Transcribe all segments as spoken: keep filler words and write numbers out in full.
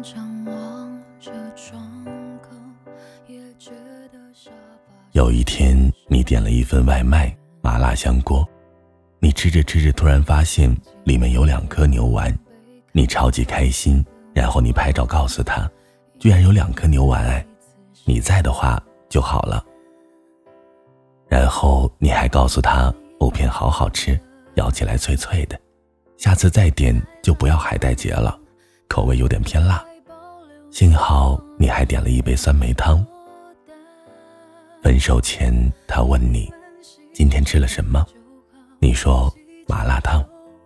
有一天你点了一份外卖麻辣香锅，你吃着吃着突然发现里面有两颗牛丸，你超级开心，然后你拍照告诉他，居然有两颗牛丸哎，你在的话就好了。然后你还告诉他藕片好好吃，咬起来脆脆的，下次再点就不要海带结了，口味有点偏辣。幸好你还点了一杯酸梅汤。分手前他问你今天吃了什么，你说麻辣烫。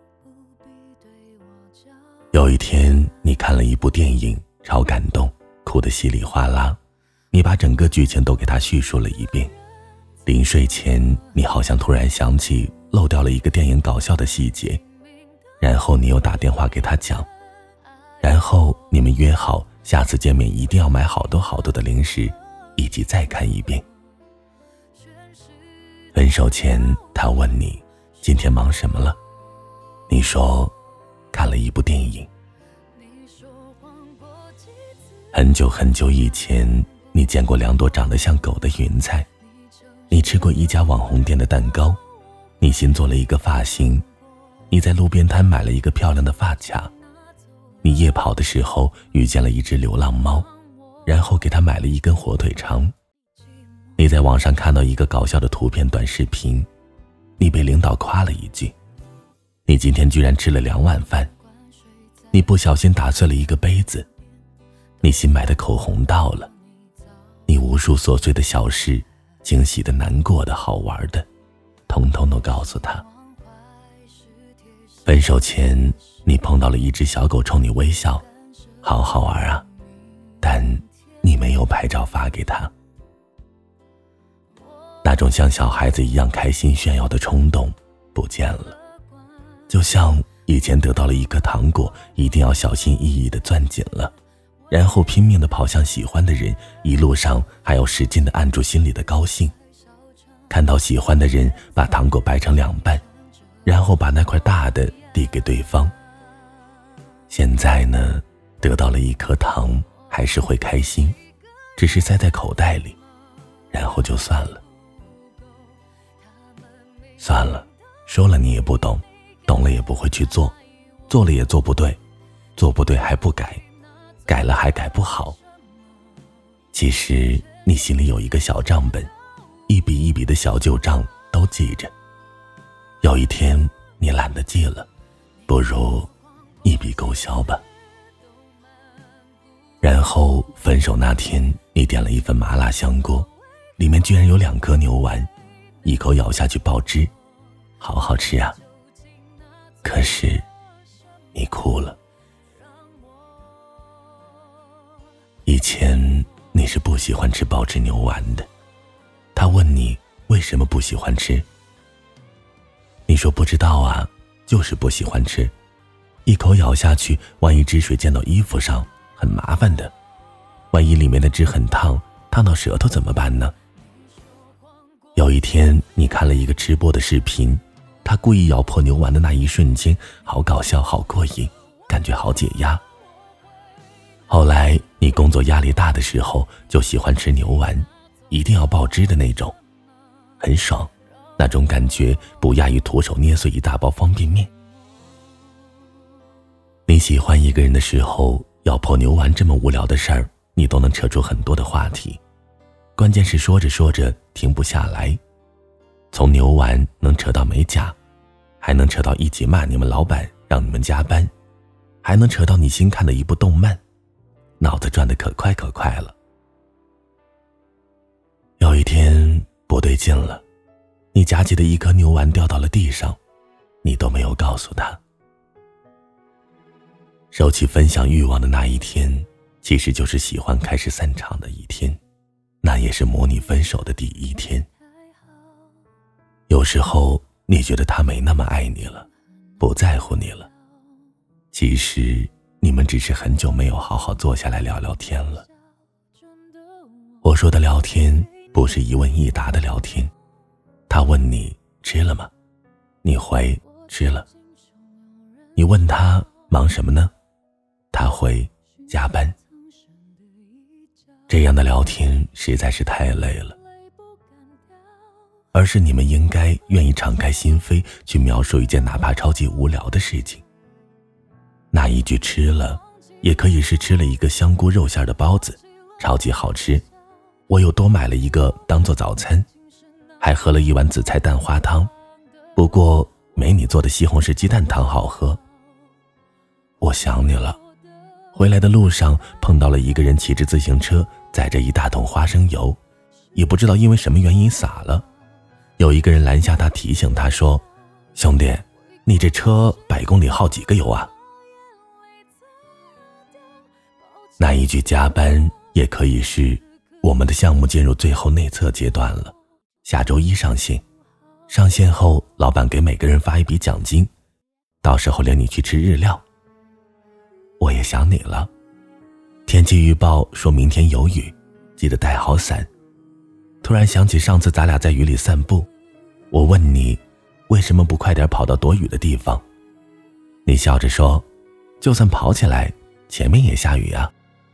有一天你看了一部电影超感动，哭得稀里哗啦，你把整个剧情都给他叙述了一遍。临睡前你好像突然想起漏掉了一个电影搞笑的细节，然后你又打电话给他讲，然后你们约好下次见面一定要买好多好多的零食，以及再看一遍。分手前他问你今天忙什么了，你说看了一部电影。很久很久以前你见过两朵长得像狗的云彩，你吃过一家网红店的蛋糕，你新做了一个发型，你在路边摊买了一个漂亮的发卡，你夜跑的时候遇见了一只流浪猫，然后给它买了一根火腿肠。你在网上看到一个搞笑的图片短视频，你被领导夸了一句，你今天居然吃了两碗饭，你不小心打碎了一个杯子，你新买的口红到了，你无数琐碎的小事，惊喜的、难过的、好玩的，统统都告诉他。分手前你碰到了一只小狗冲你微笑，好好玩啊，但你没有拍照发给他。那种像小孩子一样开心炫耀的冲动不见了，就像以前得到了一颗糖果，一定要小心翼翼地攥紧了，然后拼命地跑向喜欢的人，一路上还要使劲地按住心里的高兴。看到喜欢的人把糖果掰成两半，然后把那块大的递给对方。现在呢，得到了一颗糖还是会开心，只是塞在口袋里，然后就算了。算了，说了你也不懂，懂了也不会去做，做了也做不对，做不对还不改，改了还改不好。其实你心里有一个小账本，一笔一笔的小旧账都记着，有一天你懒得记了，不如一笔勾销吧。然后分手那天你点了一份麻辣香锅，里面居然有两颗牛丸，一口咬下去爆汁，好好吃啊。可是你哭了。以前你是不喜欢吃爆汁牛丸的，他问你为什么不喜欢吃，你说不知道啊，就是不喜欢吃，一口咬下去，万一汁水溅到衣服上很麻烦的，万一里面的汁很烫，烫到舌头怎么办呢？有一天你看了一个吃播的视频，他故意咬破牛丸的那一瞬间，好搞笑，好过瘾，感觉好解压。后来你工作压力大的时候就喜欢吃牛丸，一定要爆汁的那种，很爽，那种感觉不亚于徒手捏碎一大包方便面。你喜欢一个人的时候，咬破牛丸这么无聊的事儿，你都能扯出很多的话题，关键是说着说着停不下来，从牛丸能扯到美甲，还能扯到一起骂你们老板让你们加班，还能扯到你新看的一部动漫，脑子转得可快可快了。有一天不对劲了，你夹起的一颗牛丸掉到了地上，你都没有告诉他。收起分享欲望的那一天，其实就是喜欢开始散场的一天，那也是模拟分手的第一天。有时候你觉得他没那么爱你了，不在乎你了，其实你们只是很久没有好好坐下来聊聊天了。我说的聊天不是一问一答的聊天，他问你吃了吗，你回吃了。你问他忙什么呢，他回加班。这样的聊天实在是太累了，而是你们应该愿意敞开心扉去描述一件哪怕超级无聊的事情。那一句吃了，也可以是吃了一个香菇肉馅的包子，超级好吃，我又多买了一个当做早餐，还喝了一碗紫菜蛋花汤，不过没你做的西红柿鸡蛋汤好喝。我想你了，回来的路上碰到了一个人骑着自行车载着一大桶花生油，也不知道因为什么原因洒了。有一个人拦下他，提醒他说，兄弟，你这车百公里耗几个油啊？那一句加班也可以是我们的项目进入最后内测阶段了，下周一上线，上线后老板给每个人发一笔奖金，到时候领你去吃日料。我也想你了，天气预报说明天有雨，记得带好伞。突然想起上次咱俩在雨里散步，我问你为什么不快点跑到躲雨的地方，你笑着说，就算跑起来前面也下雨啊。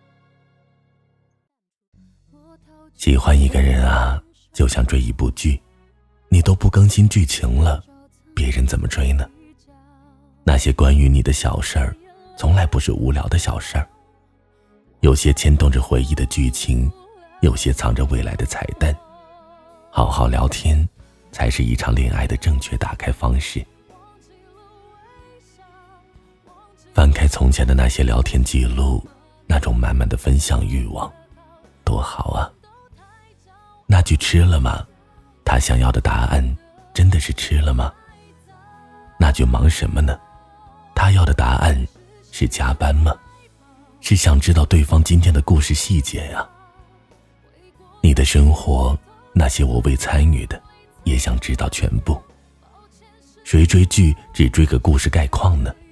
喜欢一个人啊，就像追一部剧，你都不更新剧情了，别人怎么追呢？那些关于你的小事儿从来不是无聊的小事儿，有些牵动着回忆的剧情，有些藏着未来的彩蛋。好好聊天才是一场恋爱的正确打开方式。翻开从前的那些聊天记录，那种满满的分享欲望多好啊。那句吃了吗，他想要的答案真的是吃了吗？那句忙什么呢，他要的答案是加班吗？是想知道对方今天的故事细节呀。你的生活那些我未参与的也想知道全部。谁追剧只追个故事概况呢？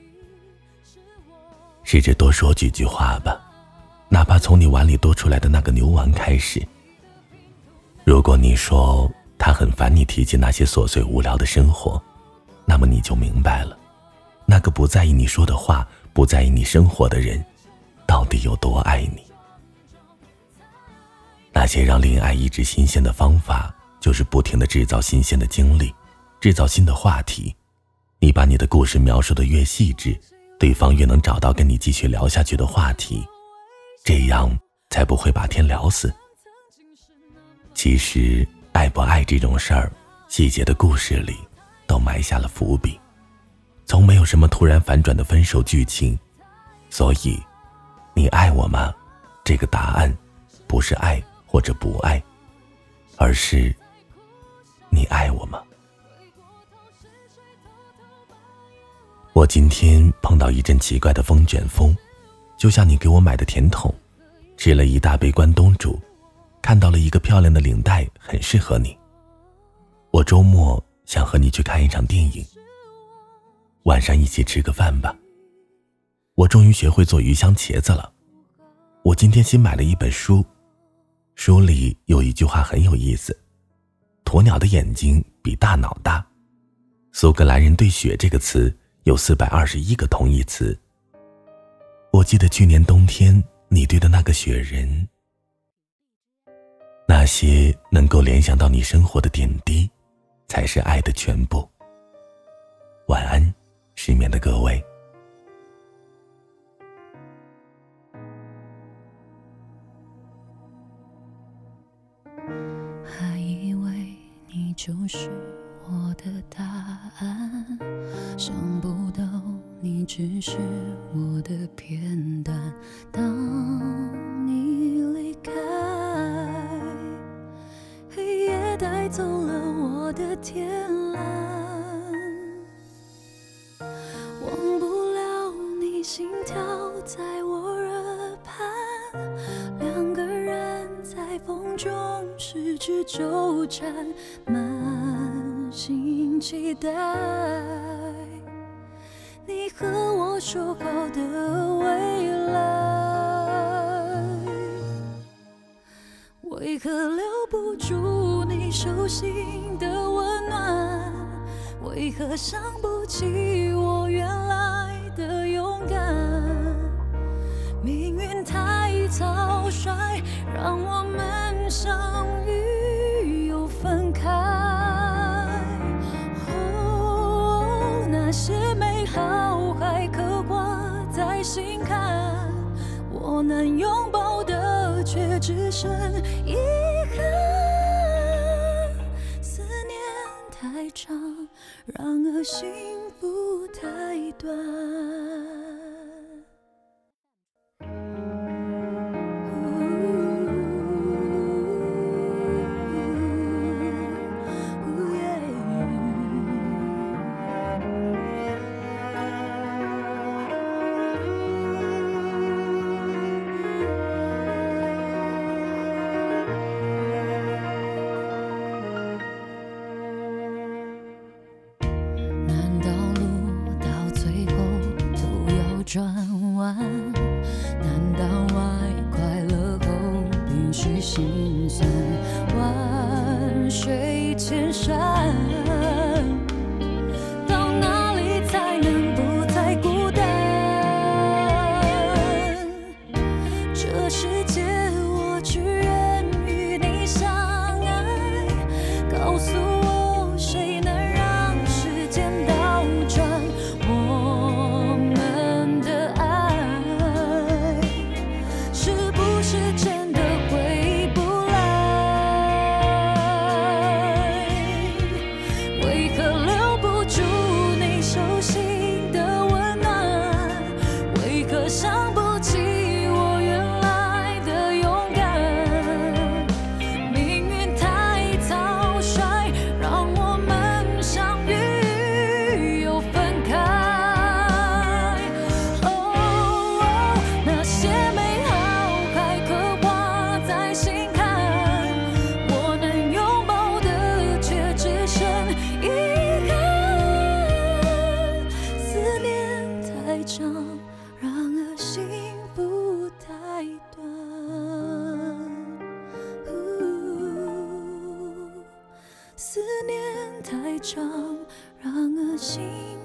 试着多说几句话吧，哪怕从你碗里多出来的那个牛丸开始。如果你说他很烦你提起那些琐碎无聊的生活，那么你就明白了，那个不在意你说的话，不在意你生活的人到底有多爱你。那些让恋爱一直新鲜的方法，就是不停地制造新鲜的经历，制造新的话题。你把你的故事描述得越细致，对方越能找到跟你继续聊下去的话题，这样才不会把天聊死。其实爱不爱这种事儿，细节的故事里都埋下了伏笔，从没有什么突然反转的分手剧情。所以你爱我吗？这个答案不是爱或者不爱，而是你爱我吗？我今天碰到一阵奇怪的风卷风，就像你给我买的甜筒，吃了一大杯关东煮，看到了一个漂亮的领带，很适合你。我周末想和你去看一场电影，晚上一起吃个饭吧。我终于学会做鱼香茄子了。我今天新买了一本书，书里有一句话很有意思，鸵鸟的眼睛比大脑大。苏格兰人对雪这个词有四百二十一个同义词。我记得去年冬天你堆的那个雪人，那些能够联想到你生活的点滴，才是爱的全部。晚安，失眠的各位。 还以为你就是我的答案，想不到你只是我的片段。当你离开，黑夜带走了我的天蓝，忘不了你心跳在我耳畔，两个人在风中失去纠缠，满心期待你和我说好的未来，为何留不住你手心的温暖？为何想不起我原来的勇敢？ 命运太草率，让我们相遇又分开。哦，那些美好还刻挂在心坎，我能拥抱的却只剩遗憾。思念太长，然而幸福太短。转弯，难道爱快乐后必须心酸？万水千山，到哪里才能不再孤单？这世界我只愿与你相爱，告诉我谁能让时间倒转？我们的爱是不是真的回不来？为何留不住你手心的温暖？为何想不起我原来的勇敢？命运太草率，让我们相遇又分开。然而幸福太短，思念太长，然而心